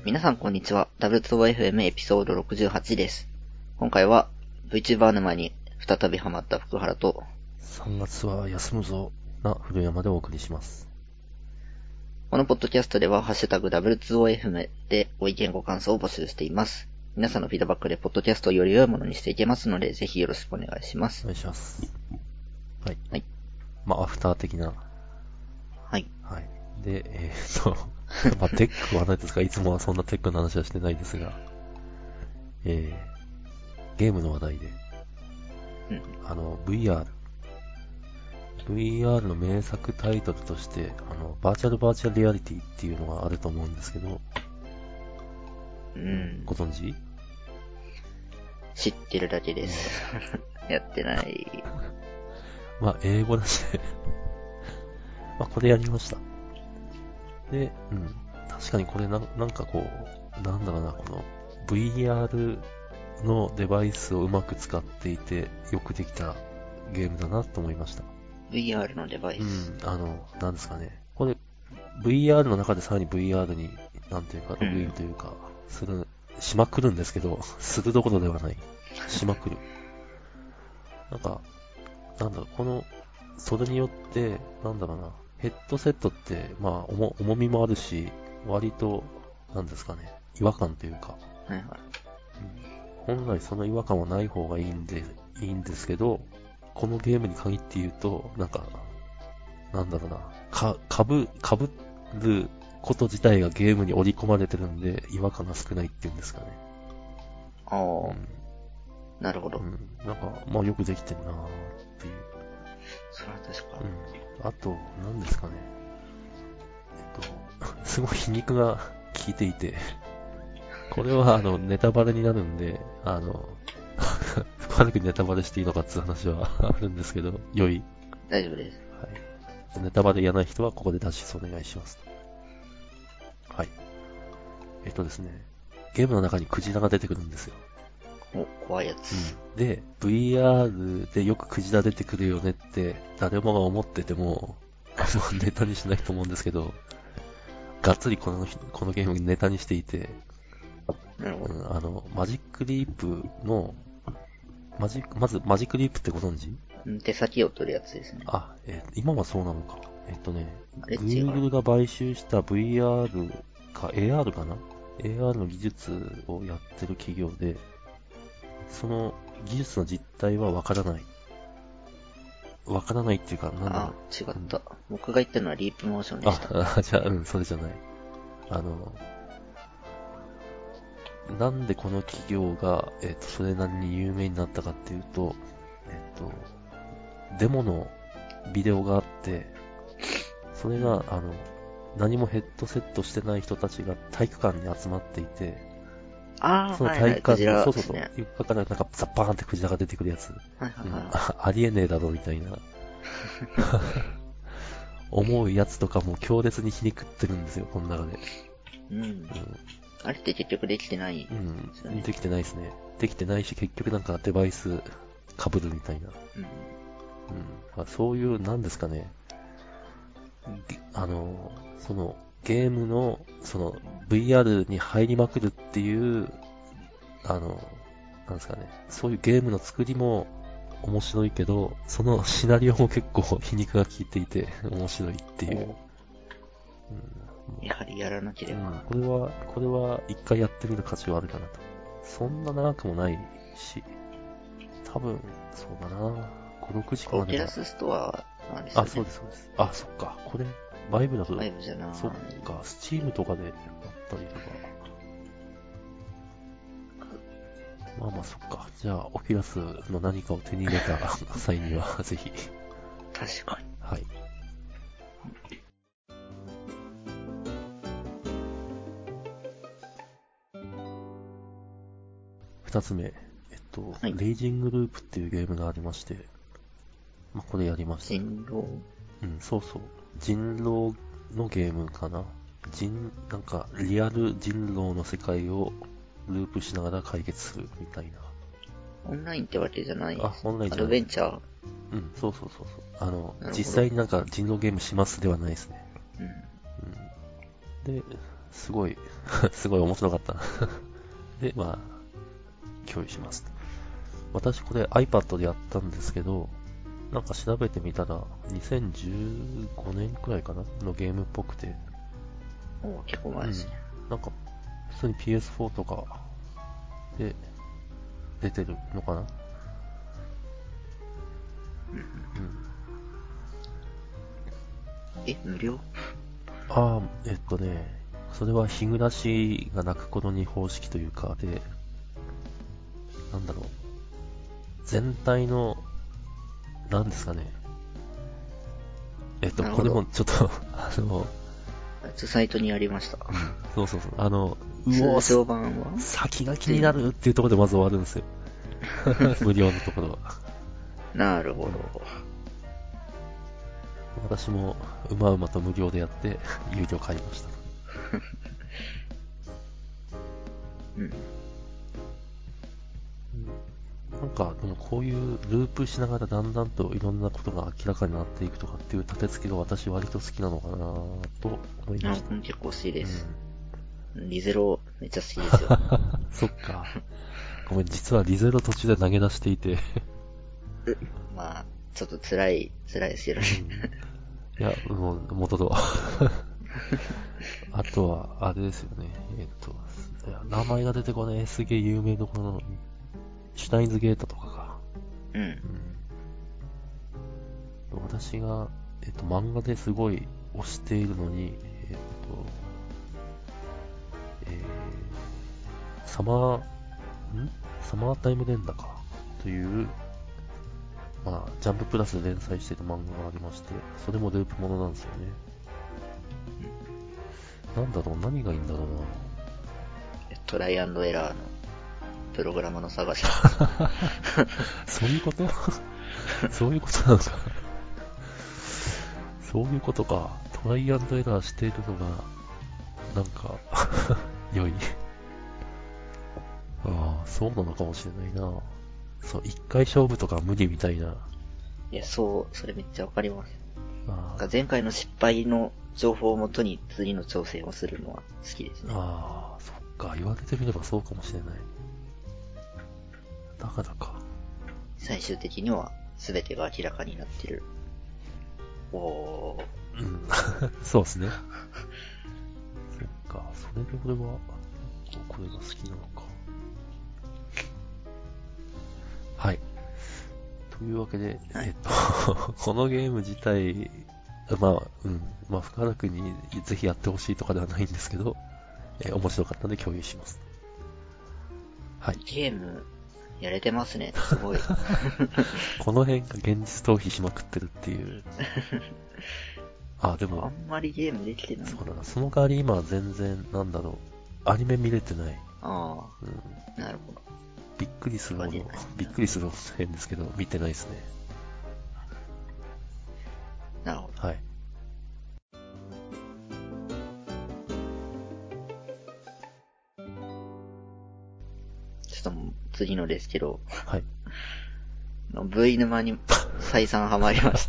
皆さんこんにちは。W2OFM エピソード68です。今回は VTuber 沼に再びハマった福原と 3月は休むぞな古山でお送りします。 このポッドキャストではハッシュタグ W2OFM でご意見ご感想を募集しています。皆さんのフィードバックでポッドキャストをより良いものにしていけますので、ぜひよろしくお願いします。 お願いします。はい。 はい。 アフター的な。 はい。 はい。で、テックはないですか？いつもはそんなテックの話はしてないですが、ゲームの話題で、VR の名作タイトルとして、バーチャルリアリティっていうのがあると思うんですけど、ご存知？ 知ってるだけです。やってない。 英語だし、これやりました。で、確かにこれなんかこう、なんだろうな、この VR のデバイスをうまく使っていて、よくできたゲームだなと思いました。 VR のデバイス。 なんですかね。これ、VR の中でさらに VR に、なんていうか、ログインというか、しまくるんですけど、するどころではない。しまくる。それによって、なんだろうな、ヘッドセットって、重みもあるし、割と、なんですかね、違和感というか、 はいはい。 本来その違和感はない方がいいんですけど、このゲームに限って言うと、なんだろうな、かぶること自体がゲームに織り込まれてるんで、違和感が少ないっていうんですかね。 ああ、なるほど。 よくできてるなーっていう。 それは確か。 あと、何ですかね。すごい皮肉が効いていて、これはネタバレになるんで、深くネタバレしていいのかっていう話はあるんですけど、 大丈夫です。 はい。ネタバレやない人はここで脱出お願いします。はい。ですね、ゲームの中にクジラが出てくるんですよ。 怖いやつ。 で、VR でよくクジラ出てくるよねって誰もが思ってても、ネタにしないと思うんですけど、がっつりこのゲームネタにしていて、 なるほど。 マジックリープの、まずマジックリープってご存知？ 手先を取るやつですね。 今はそうなのか。Google が買収した VR か AR かな？ AR の技術をやってる企業で、その技術の実態はわからない。わからないっていうか、なんだろう。 違った。僕が言ったのはリープモーションでした。 じゃあ、それじゃない。なんでこの企業が、それなりに有名になったかっていうと、デモのビデオがあって、それが、何もヘッドセットしてない人たちが体育館に集まっていて、その体育館の、そう、床からザッパーンってクジラが出てくるやつ。ありえねえだろ、みたいな。思うやつとかも強烈にひねくってるんですよ、この中で。 あれって結局できてないんですよね。 できてないですね。できてないし、結局デバイス被るみたいな。そういう、なんですかね。その、ゲームの、VR に入りまくるっていう、なんですかね。そういうゲームの作りも面白いけど、そのシナリオも結構皮肉が効いていて面白いっていう。 やはりやらなければ。 これは一回やってみる価値はあるかなと。そんな長くもないし、多分、そうだな、5、6時間あれば。 オキュラスストアなんですよね。 そうです。そっか。これ、バイブだと、 バイブじゃない。 そっか、スチームとかでやったりとか。そっか。じゃあ、オキュラスの何かを手に入れた際には、ぜひ。 確かに。 はい。二つ目。レイジングループっていうゲームがありまして、これやりました。 人狼？ そう。人狼のゲームかな。リアル人狼の世界をループしながら解決するみたいな。 オンラインってわけじゃないです。 オンラインじゃない。 アドベンチャー。 そう。実際に人狼ゲームしますではないですね。で、 すごい面白かった。で、まあ、共有します。私これ iPad でやったんですけど、なんか調べてみたら、2015年くらいかなのゲームっぽくて。 結構前ですね。 なんか、普通に PS4 とかで出てるのかな。 無料？ それは日暮らしが泣く頃に方式というかで、なんだろう、全体の、なんですかね。これもちょっと、 サイトにありました。 そう。 通常版は先が気になるっていうところでまず終わるんですよ。無料のところは。 なるほど。 私もうまうまと無料でやって有料買いました。なんかでもこういうループしながらだんだんといろんなことが明らかになっていくとかっていう立て付けが私割と好きなのかなと思いました。 結構好きです。リゼロめっちゃ好きですよ。 そっか。ごめん、実はリゼロ途中で投げ出していて。 まあ、ちょっと辛いですよね。 いや、もう、元々。あとは、あれですよね。名前が出てこない、すげえ有名どころの、シュタインズゲートとかか。私が、漫画ですごい推しているのに、サマータイム連打かという、まあ、ジャンププラスで連載している漫画がありまして、それもループものなんですよね。なんだろう、何がいいんだろうな。 トライアンドエラーのプログラムの探し。 そういうことそういうことなのか。そういうことか。トライアンドエラーしているのが、なんか、良い。ああ、そうなのかもしれないな。そう、一回勝負とか無理みたいな。 いや、それめっちゃわかります。前回の失敗の情報をもとに次の挑戦をするのは好きですね。 ああ、そっか。言われてみればそうかもしれない。だからか。 最終的には全てが明らかになってる。 そうですね。そっか。それで俺は、これが好きなのか。はい。というわけで、このゲーム自体、まあ、深原くんにぜひやってほしいとかではないんですけど、面白かったので共有します。はい。 ゲーム、やれてますね。すごい。 この辺が現実逃避しまくってるっていう。でも。 あんまりゲームできてない。 そうだな。その代わり今は全然、なんだろう。アニメ見れてない。 なるほど。 びっくりするほど変ですけど、見てないですね。 なるほど。 はい。 ちょっと次のですけど、 はい。 V 沼に再三ハマりまして。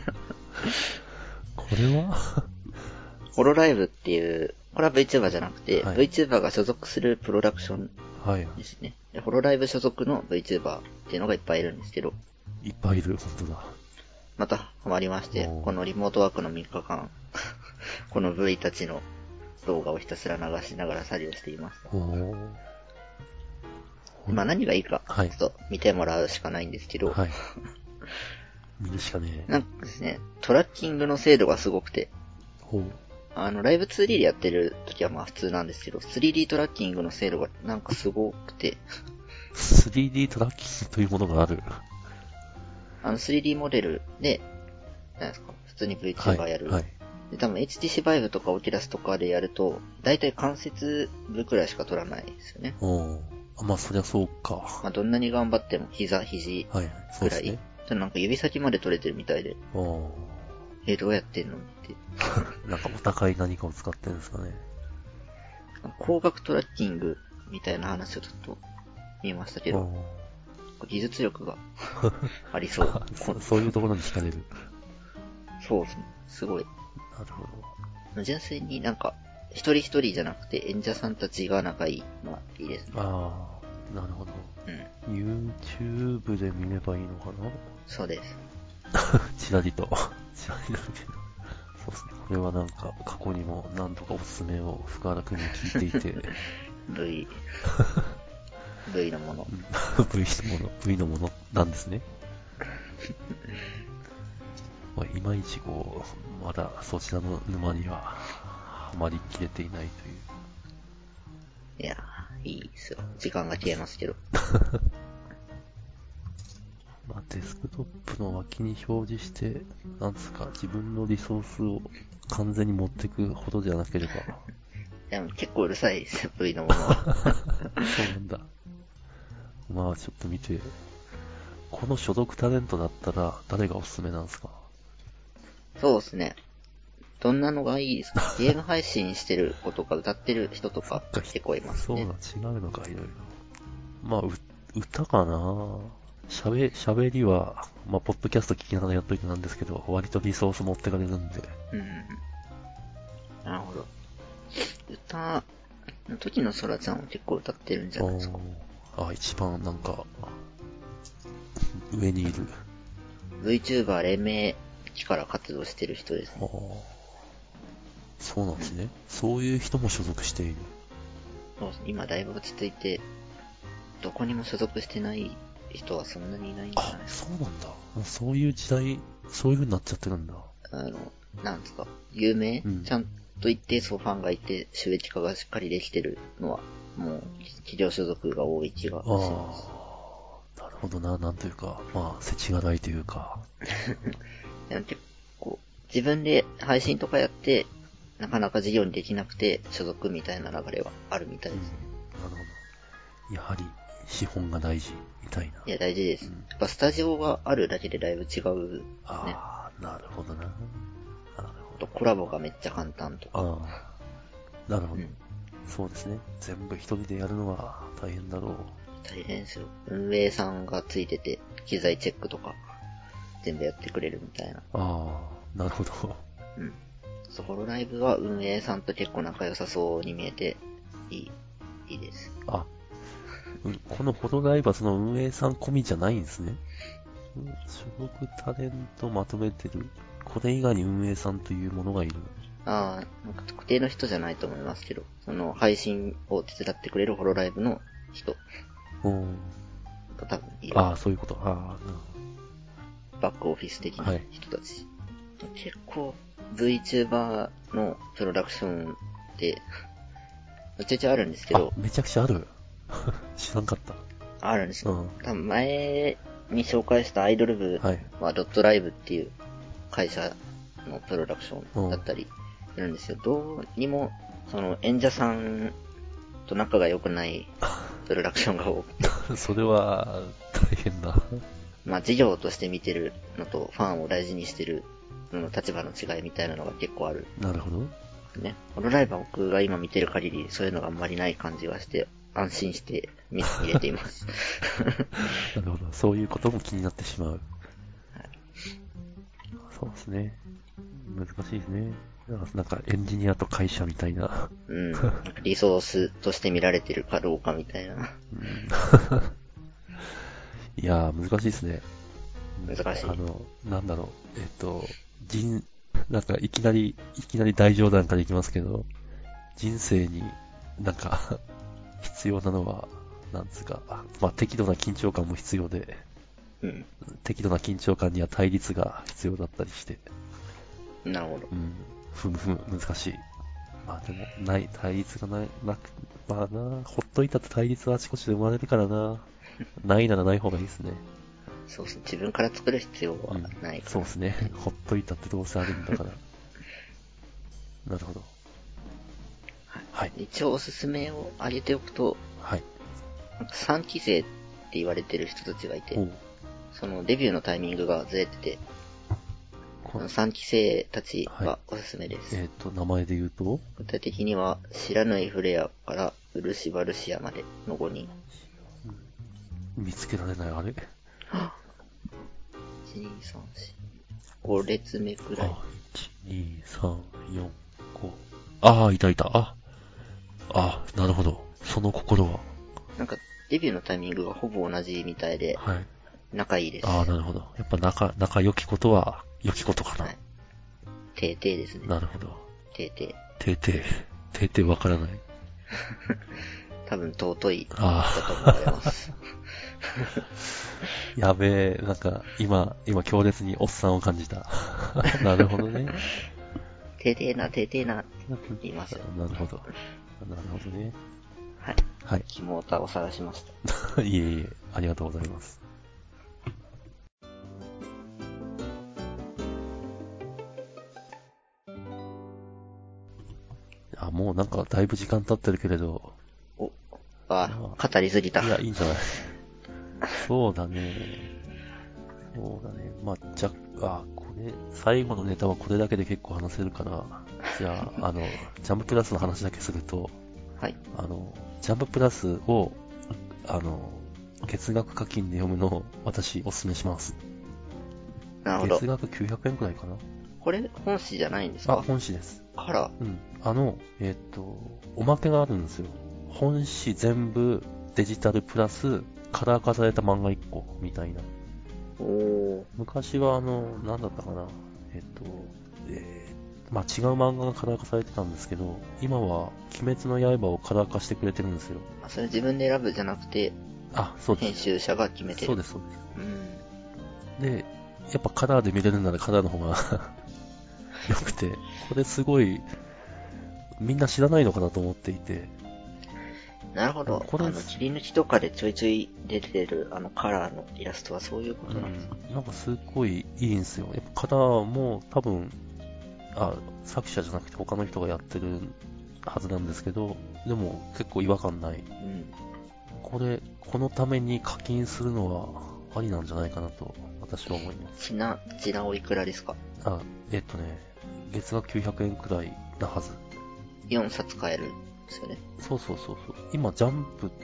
これはホロライブっていう、これは VTuber じゃなくて、VTuber が所属するプロダクションですね。ホロライブ所属の VTuber っていうのがいっぱいいるんですけど。 いっぱいいる、本当だ。 またハマりまして、このリモートワークの3日間、この V たちの動画をひたすら流しながら作業しています。まあ何がいいか、ちょっと見てもらうしかないんですけど、 見るしかねえ。 なんかですね、トラッキングの精度がすごくて、ライブ 2D でやってる時はまあ普通なんですけど、3D トラッキングの精度がなんかすごくて。 3D トラッキングというものがある。 3D モデルで、なんですか、普通に VTuber やる。で、多分 HTC Vive とか Oculus とかでやると、だいたい関節部くらいしか取らないですよね。 まあそりゃそうか。 まあどんなに頑張っても肘くらい。なんか指先まで取れてるみたいで。どうやってんのって。 なんかお高い何かを使ってるんですかね。 光学トラッキングみたいな話をちょっと見ましたけど、技術力がありそう。 そういうところに惹かれる。 そうですね。すごい。 なるほど。 純粋になんか一人一人じゃなくて演者さんたちが仲いいのはいいですね。 ああ、なるほど。 うん。 YouTube で見ればいいのかなそうです。 ちらりと。ちらりと見てる。そうですね。これはなんか過去にも何度かおすすめを福原くんに聞いていて。 V のもの。 V のものなんですね。まあ、いまいちこう、まだそちらの沼にはハマりきれていないという。 いや、いいですよ。時間が消えますけど。 まあ、デスクトップの脇に表示して、なんですか、自分のリソースを完全に持っていくほどじゃなければ。 いや、結構うるさいですよ、V のものは。 そうなんだ。まあ、ちょっと見て、この所属タレントだったら誰がおすすめなんですか？ そうですね。どんなのがいいですか？ゲーム配信してる子とか歌ってる人とか結構いますね。 そうだ、違うのか、いろいろ。まあ、歌かな。喋りは、まあ、ポッドキャスト聞きながらやっといてなんですけど、割とリソース持ってかれるんで。 うん。なるほど。歌、時の空ちゃんは結構歌ってるんじゃないですか。 一番なんか、上にいる。 VTuber 連盟期から活動してる人ですね。 そうなんですね。そういう人も所属している。 そうですね。今だいぶ落ち着いて、どこにも所属してない人はそんなにいないんじゃないですか。 そうなんだ。もうそういう時代、そういう風になっちゃってるんだ。 なんですか、有名、 うんちゃんと一定層ファンがいて、収益化がしっかりできてるのは、もう、企業所属が多い気がします。 なるほどな、なんというか、まあ、世知辛いというか。 でも結構、自分で配信とかやって、なかなか事業にできなくて、所属みたいな流れはあるみたいですね。 なるほど。やはり、資本が大事、みたいな。 いや、大事です。やっぱスタジオがあるだけでだいぶ違うね。 なるほどな。 コラボがめっちゃ簡単とか。 なるほど、そうですね。全部一人でやるのは大変だろう。 大変ですよ。運営さんがついてて、機材チェックとか、全部やってくれるみたいな。 なるほど。 ホロライブは運営さんと結構仲良さそうに見えて、いいです。 このホロライブはその運営さん込みじゃないんですね。所属タレントまとめてる。これ以外に運営さんというものがいる。 なんか特定の人じゃないと思いますけど、その配信を手伝ってくれるホロライブの人。と多分いる。 そういうこと。 バックオフィス的な人たち。結構 VTuber のプロダクションってめちゃくちゃあるんですけど。 めちゃくちゃある知らんかった。 あるんですよ。多分前に紹介したアイドル部はドットライブっていう会社のプロダクションだったりするんですよ。どうにもその演者さんと仲が良くないプロダクションが多くて。 それは大変だ。 まあ事業として見てるのとファンを大事にしてるのの立場の違いみたいなのが結構ある。 なるほど。 ね。ホロライブは僕が今見てる限りそういうのがあんまりない感じがして、安心して見れています。 なるほど。そういうことも気になってしまう。そうですね。難しいですね。なんかエンジニアと会社みたいな。 リソースとして見られてるかどうかみたいな。 いやー、難しいですね。 難しい。 なんだろう。なんかいきなり大冗談からいきますけど、人生になんか必要なのは、なんつうか、まあ適度な緊張感も必要で、適度な緊張感には対立が必要だったりして。 なるほど。 難しい。まあでも、対立がなく、まあな、ほっといたって対立はあちこちで生まれるからな。ないならない方がいいですね。 そうですね。自分から作る必要はないから。 そうですね。ほっといたってどうせあるんだから。なるほど。 はい。一応おすすめを挙げておくと、なんか3期生って言われてる人たちがいて、そのデビューのタイミングがずれてて、3期生たちがおすすめです。 名前で言うと具体的には、知らぬいフレアから漆バルシアまでの5人。 見つけられない、あれ ?1、2、3、4、5列目くらい。 1、2、3、4、5。 ああ、いたいた。なるほど。その心は。 なんか、デビューのタイミングがほぼ同じみたいで、 はい。 仲いいです。 なるほど。やっぱ仲良きことは、良きことかな。はい。 てーてーですね。 なるほど。 てーてー。 てーてー。てーてーわからない。 多分尊いだと思われます。 やべえ、なんか、今強烈におっさんを感じた。なるほどね。 てーてーな、てーてーな、って言いますよ。 なるほど。なるほどね。 はい。 はい。 キモータを探しました。 いえいえ、ありがとうございます。もうなんかだいぶ時間経ってるけれど。 語りすぎた。 いや、いいんじゃない。そうだね。まあ、これ、最後のネタはこれだけで結構話せるから、じゃあ、ジャンププラスの話だけすると、 はい。 ジャンププラスを、月額課金で読むのを私お勧めします。 なるほど。 月額900円くらいかな。 これ、本誌じゃないんですか？ 本誌です。 カラー？ うん。おまけがあるんですよ。本誌全部デジタルプラスカラー化された漫画1個みたいな。昔はなんだったかな。まあ違う漫画がカラー化されてたんですけど、今は鬼滅の刃をカラー化してくれてるんですよ。 それ自分で選ぶじゃなくて、 そうです。 編集者が決めてる。 そうです。で、やっぱカラーで見れるならカラーの方が良くて、これすごい、みんな知らないのかなと思っていて。 なるほど。切り抜きとかでちょいちょい出てるカラーのイラストはそういうことなんですか？ なんかすっごいいいんですよ。やっぱカラーも多分、作者じゃなくて他の人がやってるはずなんですけど、でも結構違和感ない。このために課金するのはありなんじゃないかなと私は思います。 ちなおいくらですか？ 月額900円くらいなはず。 4冊買えるんですよね。 そう。今、ジャンプって、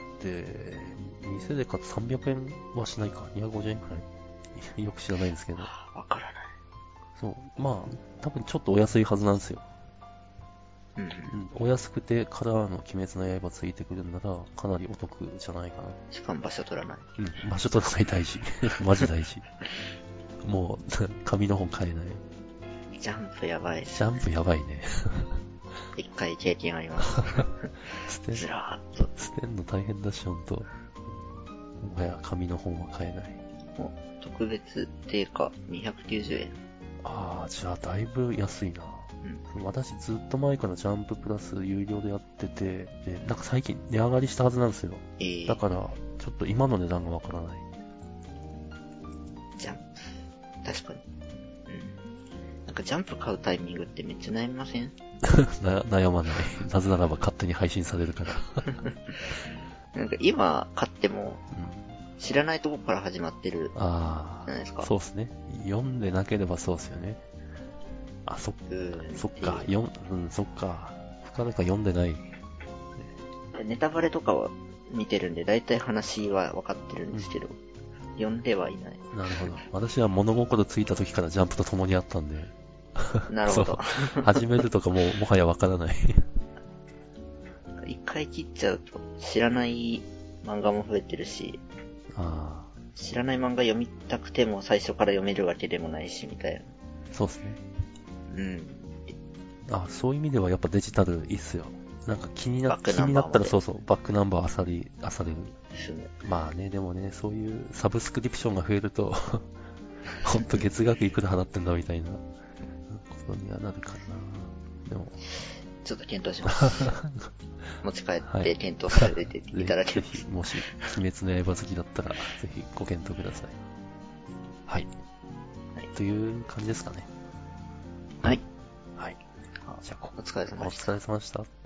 店で買って300円はしないか。250円くらい。よく知らないんですけど。 わからない。 そう。まあ、多分ちょっとお安いはずなんですよ。お安くてカラーの鬼滅の刃ついてくるんなら、かなりお得じゃないかな。 しかも場所取らない。 場所取らない大事。マジ大事。もう、紙の本買えない。 ジャンプやばい。 ジャンプやばいね。 一回経験あります。ずらーっと。 捨てんの大変だし、ほんと。もはや紙の本は買えない。 特別定価290円。 じゃあだいぶ安いな。私ずっと前からジャンププラス有料でやってて、で、なんか最近値上がりしたはずなんですよ。だから、ちょっと今の値段がわからない。 ジャンプ。確かに。なんかジャンプ買うタイミングってめっちゃ悩みません？ 悩まない。なぜならば勝手に配信されるから。 なんか今買っても、知らないとこから始まってるじゃないですか。 そうですね。読んでなければそうですよね。そっか。そっか。深々読んでない。 ネタバレとかは見てるんで、だいたい話は分かってるんですけど、読んではいない。 なるほど。私は物心ついた時からジャンプと共にあったんで。 なるほど。 始めるとかもはや分からない。 一回切っちゃうと知らない漫画も増えてるし、知らない漫画読みたくても最初から読めるわけでもないし、みたいな。 そうですね。そういう意味ではやっぱデジタルいいっすよ。なんか気になったらバックナンバーあされる。まあね、でもね、そういうサブスクリプションが増えると、ほんと月額いくら払ってんだみたいなことにはなるかな。でも、 ちょっと検討します。持ち帰って検討されていただけます。 ぜひ、もし、鬼滅の刃好きだったら、ぜひご検討ください。はい。という感じですかね。 はい。 じゃあ、 お疲れ様でした。 お疲れ様でした。